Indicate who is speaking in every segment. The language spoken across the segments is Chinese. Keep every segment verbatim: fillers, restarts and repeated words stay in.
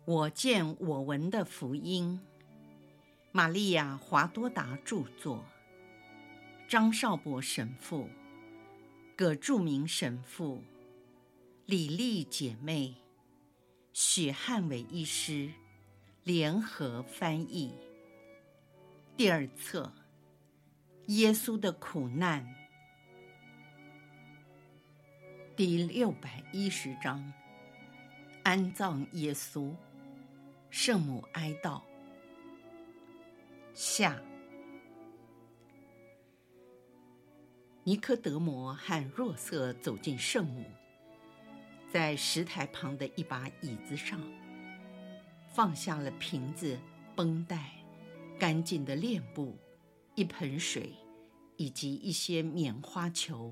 Speaker 1: 我见我闻的福音，玛利亚·华多达著作，张少博神父、葛著名神父、李丽姐妹、许汉伟医师联合翻译。第二册，耶稣的苦难，第六百一十章，安葬耶稣，圣母哀悼。下。尼科德摩和若瑟走进圣母，在石台旁的一把椅子上放下了瓶子、绷带、干净的链布、一盆水以及一些棉花球。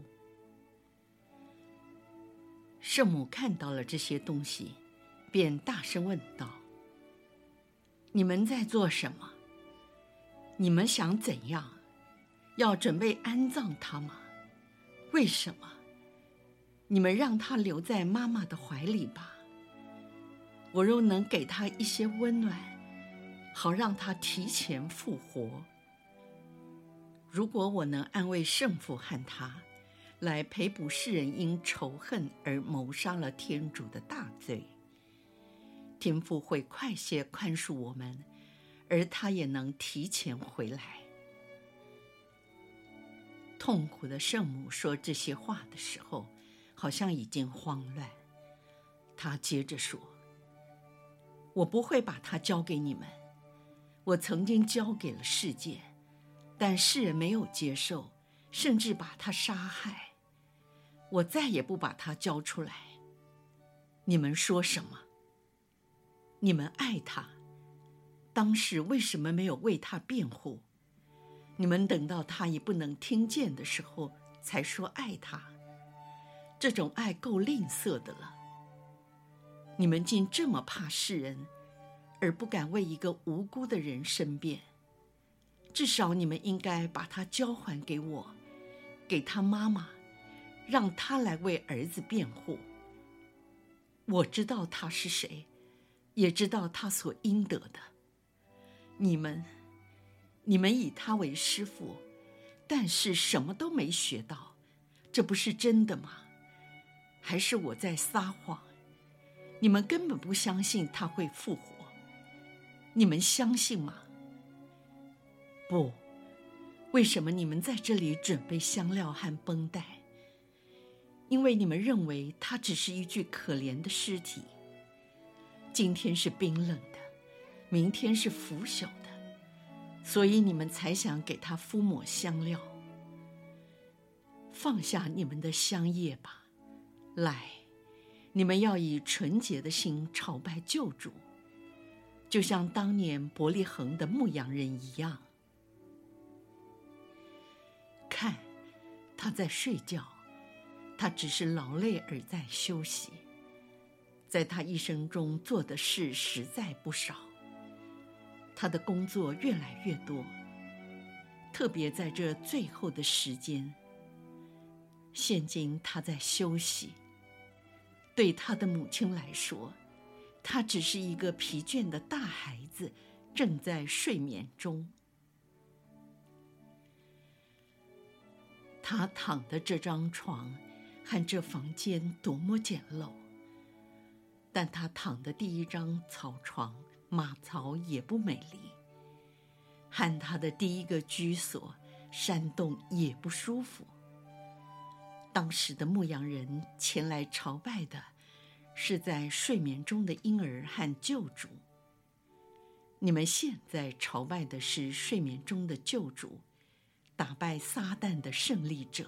Speaker 1: 圣母看到了这些东西，便大声问道：你们在做什么？你们想怎样？要准备安葬他吗？为什么？你们让他留在妈妈的怀里吧。我若能给他一些温暖，好让他提前复活。如果我能安慰圣父和他，来赔补世人因仇恨而谋杀了天主的大罪，天父会快些宽恕我们，而他也能提前回来。痛苦的圣母说这些话的时候，好像已经慌乱。她接着说：我不会把它交给你们，我曾经交给了世界，但世人没有接受，甚至把它杀害。我再也不把它交出来。你们说什么？你们爱他，当时为什么没有为他辩护？你们等到他也不能听见的时候才说爱他，这种爱够吝啬的了。你们竟这么怕世人，而不敢为一个无辜的人申辩。至少你们应该把他交还给我，给他妈妈，让他来为儿子辩护。我知道他是谁，也知道他所应得的。你们你们以他为师傅，但是什么都没学到，这不是真的吗？还是我在撒谎？你们根本不相信他会复活。你们相信吗？不。为什么你们在这里准备香料和绷带？因为你们认为他只是一具可怜的尸体。今天是冰冷的，明天是腐朽的，所以你们才想给他敷抹香料。放下你们的香叶吧，来，你们要以纯洁的心朝拜救主，就像当年伯利恒的牧羊人一样。看，他在睡觉，他只是劳累而在休息。在他一生中做的事实在不少，他的工作越来越多，特别在这最后的时间。现今他在休息。对他的母亲来说，他只是一个疲倦的大孩子，正在睡眠中。他躺的这张床和这房间多么简陋，但他躺的第一张草床马槽也不美丽，和他的第一个居所山洞也不舒服。当时的牧羊人前来朝拜的是在睡眠中的婴儿和救主，你们现在朝拜的是睡眠中的救主，打败撒旦的胜利者。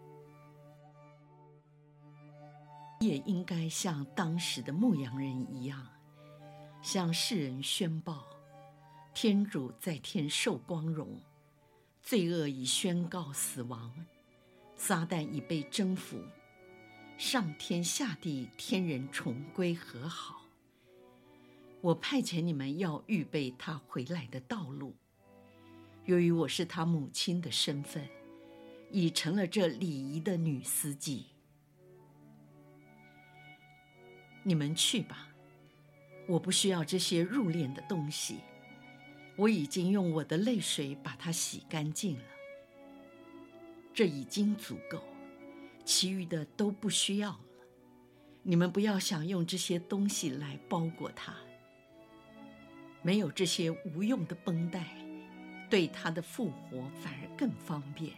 Speaker 1: 也应该像当时的牧羊人一样，向世人宣报：天主在天受光荣，罪恶已宣告死亡，撒旦已被征服，上天下地天人重归和好。我派遣你们要预备他回来的道路。由于我是他母亲的身份，已成了这礼仪的女司机。你们去吧， 我不需要这些入殓的东西，我已经用我的泪水把它洗干净了，这已经足够，其余的都不需要了。你们不要想用这些东西来包裹它。没有这些无用的绷带，对他的复活反而更方便。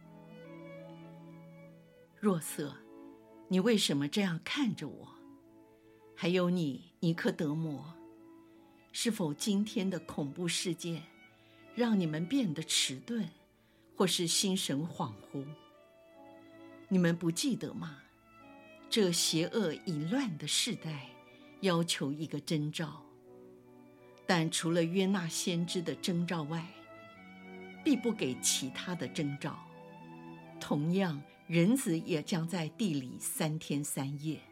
Speaker 1: 若瑟，你为什么这样看着我？还有你，尼科德摩，是否今天的恐怖事件让你们变得迟钝，或是心神恍惚？你们不记得吗？这邪恶淫乱的世代要求一个征兆，但除了约纳先知的征兆外，必不给其他的征兆。同样，人子也将在地里三天三夜。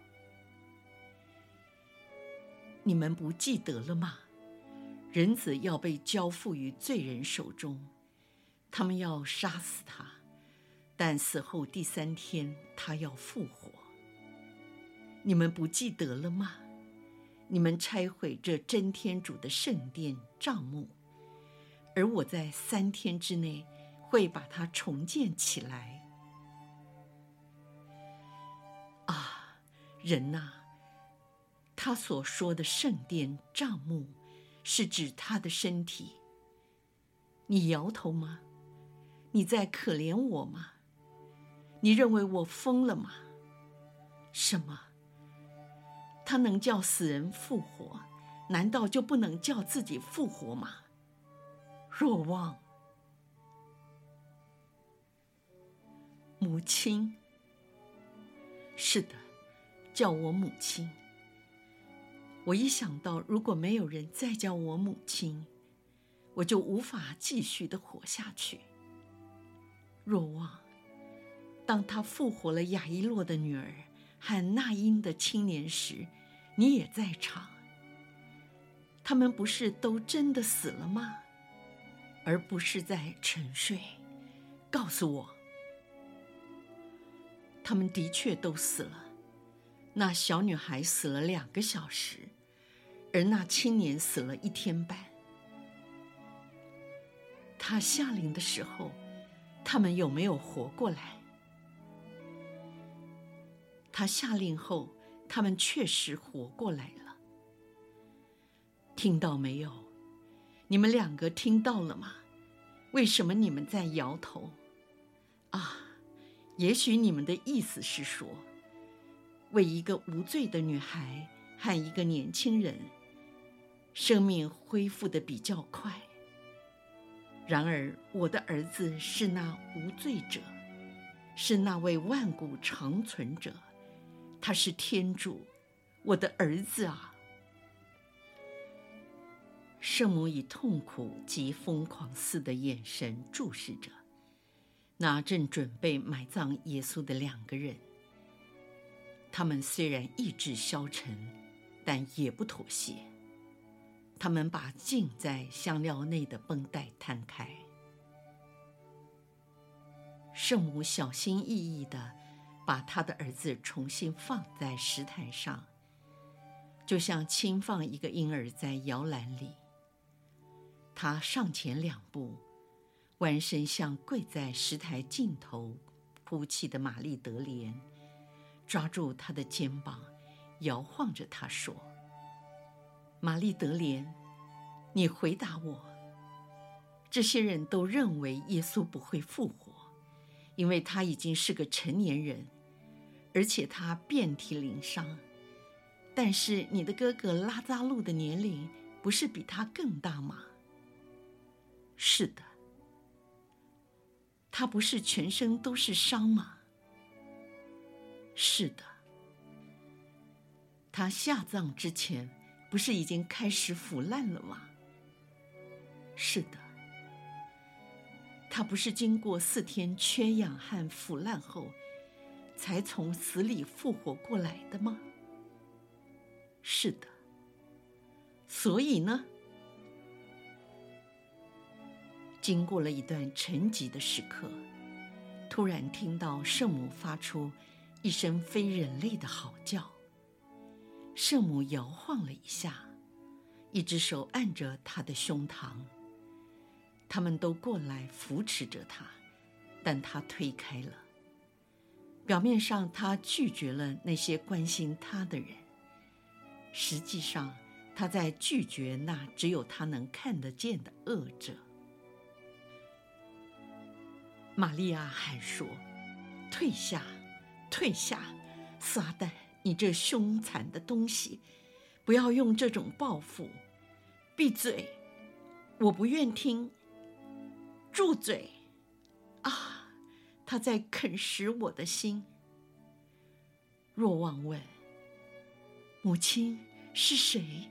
Speaker 1: 你们不记得了吗？人子要被交付于罪人手中，他们要杀死他，但死后第三天他要复活。你们不记得了吗？你们拆毁这真天主的圣殿帐幕，而我在三天之内会把它重建起来。啊，人啊，他所说的圣殿帐幕是指他的身体。你摇头吗？你在可怜我吗？你认为我疯了吗？什么？他能叫死人复活，难道就不能叫自己复活吗？若望，母亲，是的，叫我母亲。我一想到如果没有人再叫我母亲，我就无法继续的活下去。若望，当他复活了亚伊洛的女儿和那因的青年时，你也在场。他们不是都真的死了吗？而不是在沉睡。告诉我，他们的确都死了。那小女孩死了两个小时，而那青年死了一天半。他下令的时候，他们有没有活过来？他下令后，他们确实活过来了。听到没有？你们两个听到了吗？为什么你们在摇头？啊，也许你们的意思是说，为一个无罪的女孩和一个年轻人，生命恢复得比较快。然而，我的儿子是那无罪者，是那位万古长存者，他是天主，我的儿子啊！圣母以痛苦及疯狂似的眼神注视着那正准备埋葬耶稣的两个人。他们虽然意志消沉，但也不妥协。他们把浸在香料内的绷带摊开。圣母小心翼翼地把他的儿子重新放在石台上，就像轻放一个婴儿在摇篮里。他上前两步，弯身向跪在石台尽头哭泣的玛丽德莲，抓住他的肩膀，摇晃着他说：玛丽德莲，你回答我，这些人都认为耶稣不会复活，因为他已经是个成年人，而且他遍体鳞伤。但是你的哥哥拉扎路的年龄不是比他更大吗？是的。他不是全身都是伤吗？是的。他下葬之前不是已经开始腐烂了吗？是的。他不是经过四天缺氧和腐烂后才从死里复活过来的吗？是的。所以呢？经过了一段沉寂的时刻，突然听到圣母发出一声非人类的嚎叫。圣母摇晃了一下， 一只手按着他的胸膛。他们都过来扶持着他，但他推开了。表面上他拒绝了那些关心他的人，实际上他在拒绝那只有他能看得见的恶者。玛利亚喊说：退下，退下，撒旦，你这凶残的东西，不要用这种报复。闭嘴，我不愿听。住嘴！啊，他在啃食我的心。若望问：母亲是谁？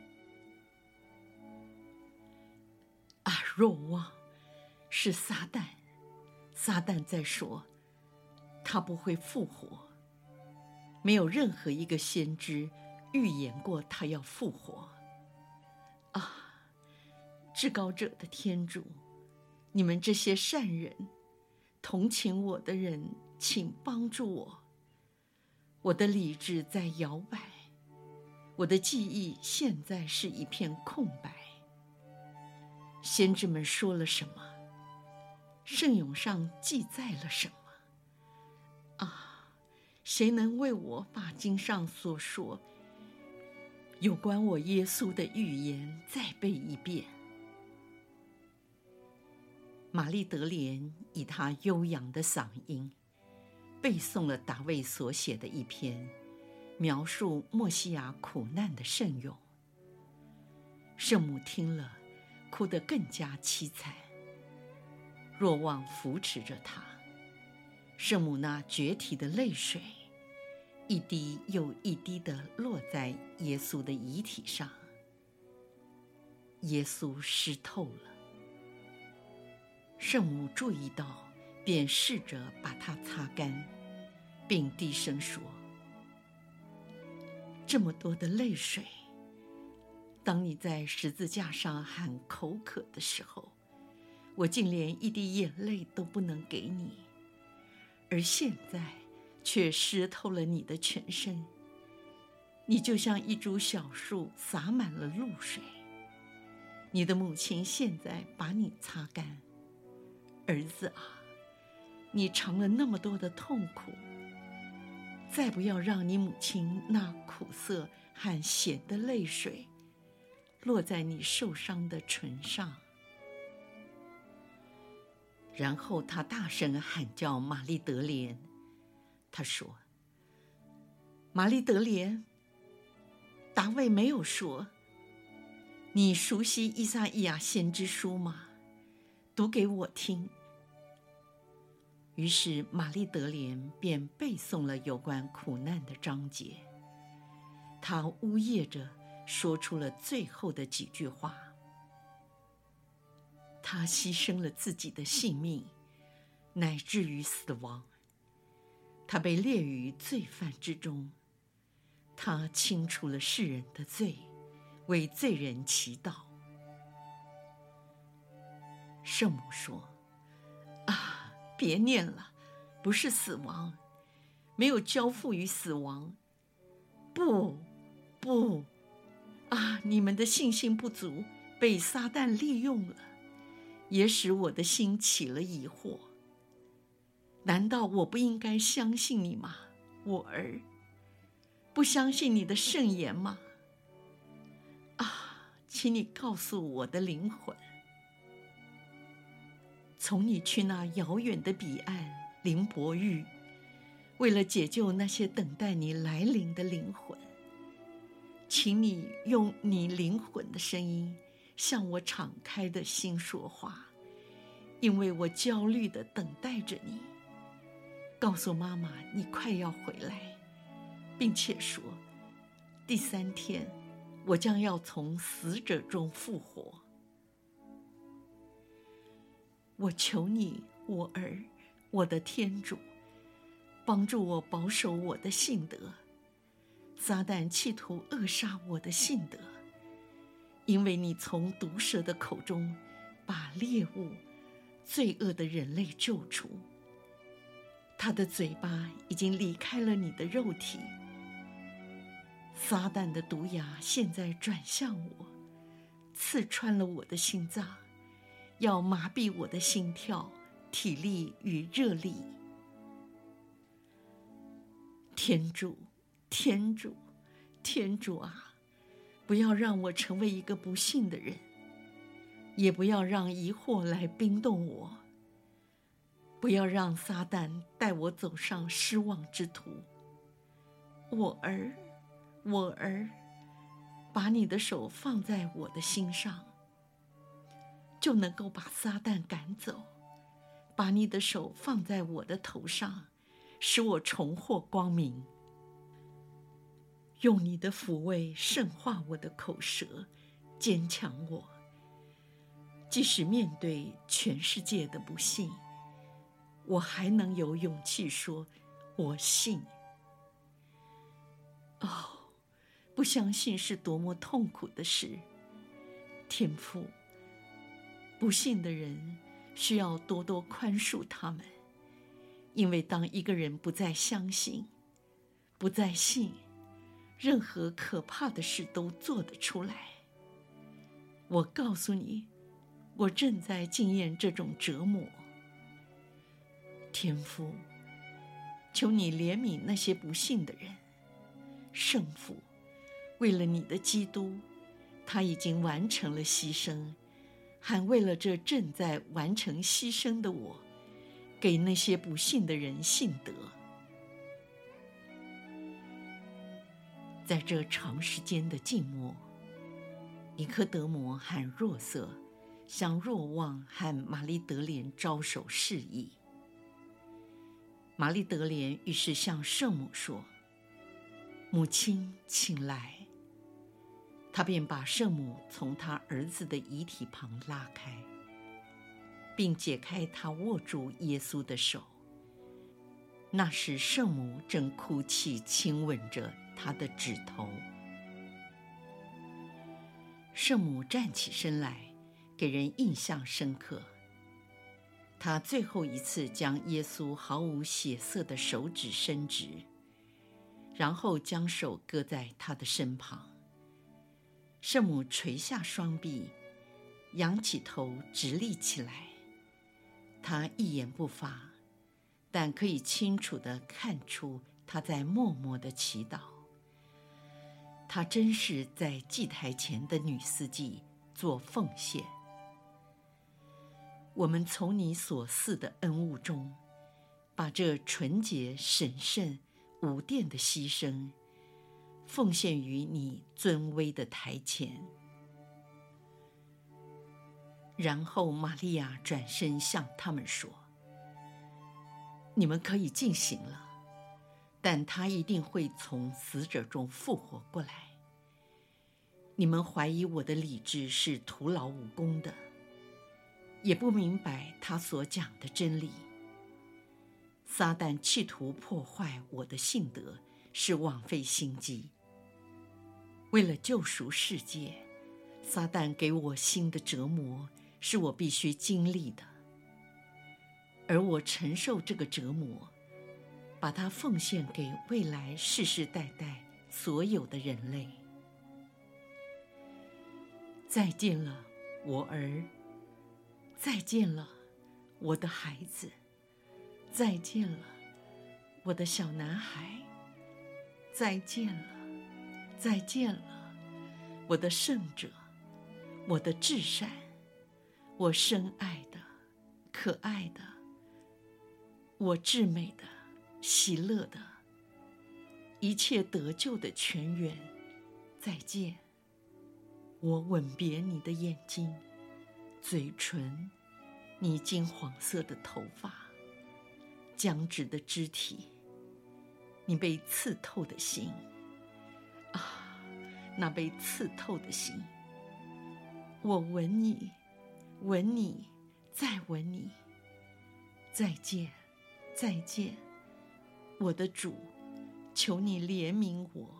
Speaker 1: 啊，若望，是撒旦。撒旦在说，他不会复活。没有任何一个先知预言过他要复活。啊，至高者的天主，你们这些善人，同情我的人，请帮助我。我的理智在摇摆，我的记忆现在是一片空白。先知们说了什么？圣咏上记载了什么？啊，谁能为我把经上所说有关我耶稣的预言再背一遍？玛丽德莲以她悠扬的嗓音背诵了达味所写的一篇描述默西亚苦难的圣咏。圣母听了，哭得更加凄惨。若望扶持着她，圣母那决堤的泪水一滴又一滴地落在耶稣的遗体上。耶稣湿透了。圣母注意到，便试着把它擦干，并低声说：这么多的泪水，当你在十字架上喊口渴的时候，我竟连一滴眼泪都不能给你，而现在却湿透了你的全身。你就像一株小树洒满了露水。你的母亲现在把你擦干。儿子啊，你尝了那么多的痛苦，再不要让你母亲那苦涩和咸的泪水落在你受伤的唇上。然后他大声喊叫玛丽德莲，他说：玛丽德莲，达味没有说，你熟悉依撒意亚先知书吗？读给我听。于是玛丽德莲便背诵了有关苦难的章节，她呜咽着说出了最后的几句话。她牺牲了自己的性命，乃至于死亡。她被列于罪犯之中，她清除了世人的罪，为罪人祈祷。圣母说：啊，别念了，不是死亡，没有交付于死亡。不，不，啊，你们的信心不足，被撒旦利用了，也使我的心起了疑惑。难道我不应该相信你吗，我儿？不相信你的圣言吗？啊，请你告诉我的灵魂，从你去那遥远的彼岸林伯域，为了解救那些等待你来临的灵魂，请你用你灵魂的声音向我敞开的心说话，因为我焦虑地等待着你。告诉妈妈你快要回来，并且说第三天我将要从死者中复活。我求你，我儿，我的天主，帮助我保守我的信德。撒旦企图扼杀我的信德，因为你从毒蛇的口中把猎物、罪恶的人类救出。他的嘴巴已经离开了你的肉体。撒旦的毒牙现在转向我， 刺穿了我的心脏，要麻痹我的心跳、体力与热力。天主，天主，天主啊，不要让我成为一个不幸的人，也不要让疑惑来冰冻我，不要让撒旦带我走上失望之途。我儿，我儿，把你的手放在我的心上，就能够把撒旦赶走。把你的手放在我的头上，使我重获光明。用你的抚慰圣化我的口舌，坚强我，即使面对全世界的不幸，我还能有勇气说我信。哦，不相信是多么痛苦的事。天父，不信的人需要多多宽恕他们，因为当一个人不再相信，不再信，任何可怕的事都做得出来。我告诉你，我正在经验这种折磨。天父，求你怜悯那些不信的人。圣父，为了你的基督，他已经完成了牺牲，还为了这正在完成牺牲的我，给那些不信的人信德。在这长时间的静默，尼科德摩和若瑟向若望和玛丽德莲招手示意。玛丽德莲于是向圣母说：母亲，请来。他便把圣母从他儿子的遗体旁拉开，并解开他握住耶稣的手。那时圣母正哭泣亲吻着他的指头。圣母站起身来，给人印象深刻。她最后一次将耶稣毫无血色的手指伸直，然后将手搁在他的身旁。圣母垂下双臂，仰起头直立起来。她一言不发，但可以清楚地看出她在默默地祈祷。她真是在祭台前的女司祭做奉献。我们从你所赐的恩物中，把这纯洁、神圣、无玷的牺牲奉献于你尊威的台前。然后玛利亚转身向他们说：你们可以进行了，但他一定会从死者中复活过来。你们怀疑我的理智是徒劳无功的，也不明白他所讲的真理。撒旦企图破坏我的信德，是枉费心机。为了救赎世界，撒旦给我新的折磨，是我必须经历的。而我承受这个折磨，把它奉献给未来世世代代所有的人类。再见了，我儿，再见了，我的孩子，再见了，我的小男孩，再见了，再见了，我的圣者，我的至善，我深爱的、可爱的，我至美的、喜乐的，一切得救的泉源，再见。我吻别你的眼睛、嘴唇，你金黄色的头发，僵直的肢体，你被刺透的心啊，那被刺透的心。我吻你，吻你，再吻你。再见，再见，我的主，求你怜悯我。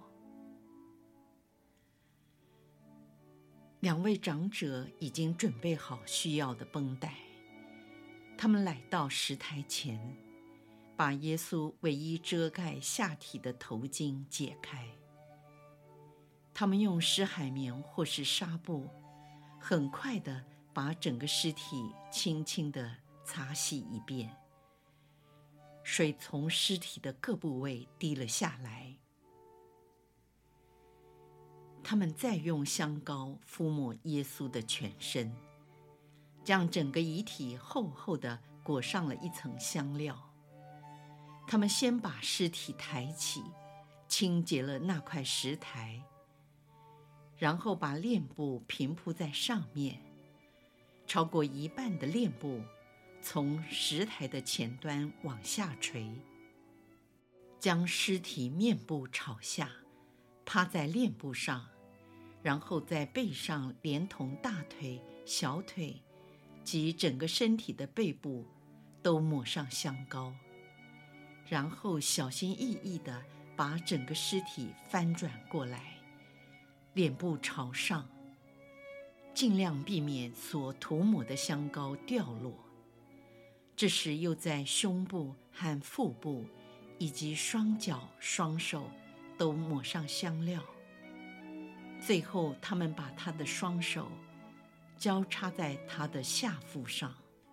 Speaker 1: 两位长者已经准备好需要的绷带，他们来到石台前，把耶稣唯一遮盖下体的头巾解开。他们用湿海绵或是纱布很快地把整个尸体轻轻地擦洗一遍，水从尸体的各部位滴了下来。他们再用香膏敷抹耶稣的全身，将整个遗体厚厚地裹上了一层香料。他们先把尸体抬起，清洁了那块石台，然后把链布平铺在上面，超过一半的链布从石台的前端往下垂，将尸体面部朝下，趴在链布上，然后在背上连同大腿、小腿及整个身体的背部都抹上香膏，然后小心翼翼地把整个尸体翻转过来，脸部朝上，尽量避免所涂抹的香膏掉落。这时又在胸部和腹部以及双脚、双手都抹上香料。最后他们把他的双手交叉在他的下腹上。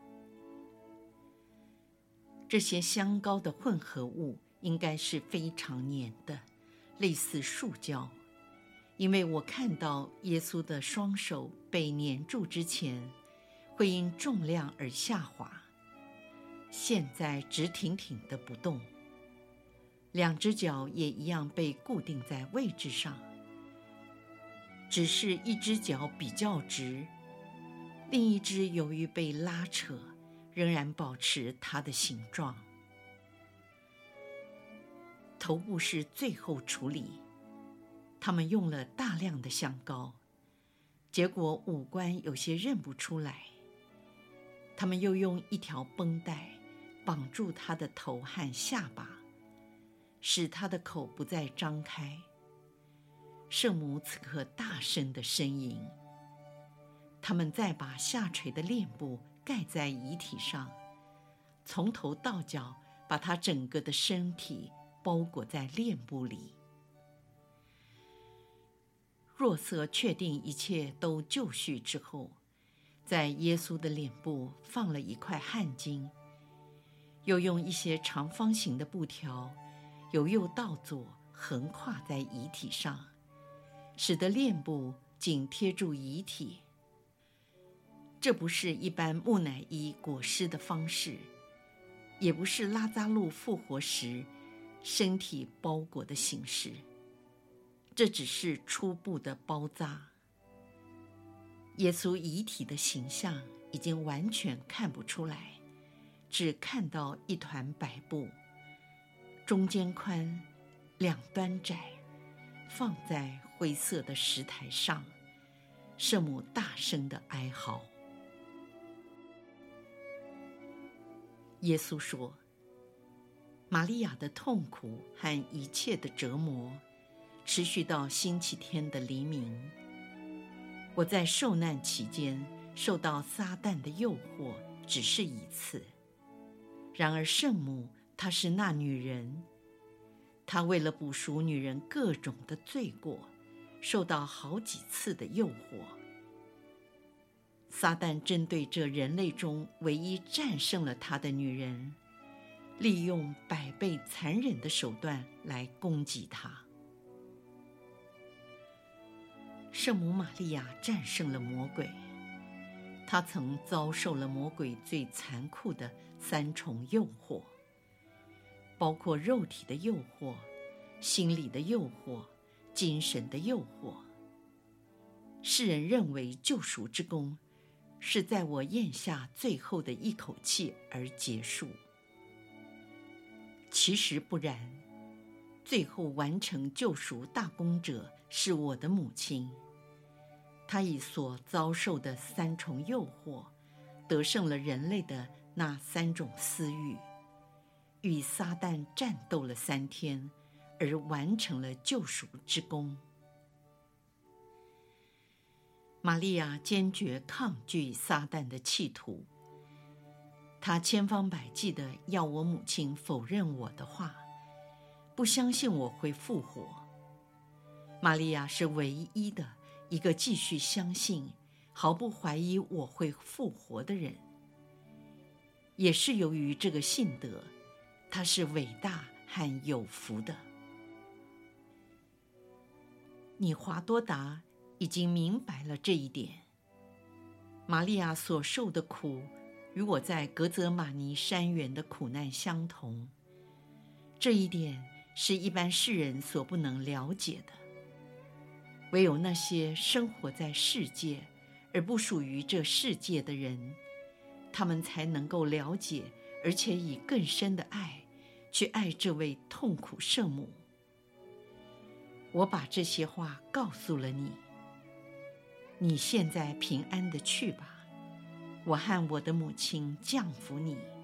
Speaker 1: 这些香膏的混合物应该是非常黏的，类似塑胶，因为我看到耶稣的双手被粘住之前会因重量而下滑，现在直挺挺的不动，两只脚也一样被固定在位置上，只是一只脚比较直，另一只由于被拉扯仍然保持它的形状。头部是最后处理，他们用了大量的香膏，结果五官有些认不出来。他们又用一条绷带绑住他的头和下巴，使他的口不再张开。圣母此刻大声地呻吟。他们再把下垂的链布盖在遗体上，从头到脚把他整个的身体包裹在链布里。若瑟确定一切都就绪之后，在耶稣的脸部放了一块汗巾，又用一些长方形的布条由右到左横跨在遗体上，使得链布紧贴住遗体。这不是一般木乃伊裹尸的方式，也不是拉匝路复活时身体包裹的形式，这只是初步的包扎。耶稣遗体的形象已经完全看不出来，只看到一团白布，中间宽，两端窄，放在灰色的石台上。圣母大声地哀嚎。耶稣说，玛利亚的痛苦和一切的折磨持续到星期天的黎明。我在受难期间受到撒旦的诱惑只是一次，然而圣母她是那女人，她为了补赎女人各种的罪过，受到好几次的诱惑。撒旦针对这人类中唯一战胜了他的女人，利用百倍残忍的手段来攻击她。圣母玛利亚战胜了魔鬼，她曾遭受了魔鬼最残酷的三重诱惑，包括肉体的诱惑、心理的诱惑、精神的诱惑。世人认为救赎之功是在我咽下最后的一口气而结束，其实不然。最后完成救赎大功者是我的母亲，她以所遭受的三重诱惑得胜了人类的那三种私欲，与撒旦战斗了三天，而完成了救赎之功。玛利亚坚决抗拒撒旦的企图，她千方百计地要我母亲否认我的话，不相信我会复活。玛利亚是唯一的一个继续相信毫不怀疑我会复活的人。也是由于这个信德，他是伟大和有福的。你华多达已经明白了这一点。玛利亚所受的苦，与我在格泽玛尼山园的苦难相同，这一点是一般世人所不能了解的。唯有那些生活在世界而不属于这世界的人，他们才能够了解，而且以更深的爱去爱这位痛苦圣母。我把这些话告诉了你，你现在平安地去吧，我和我的母亲降服你。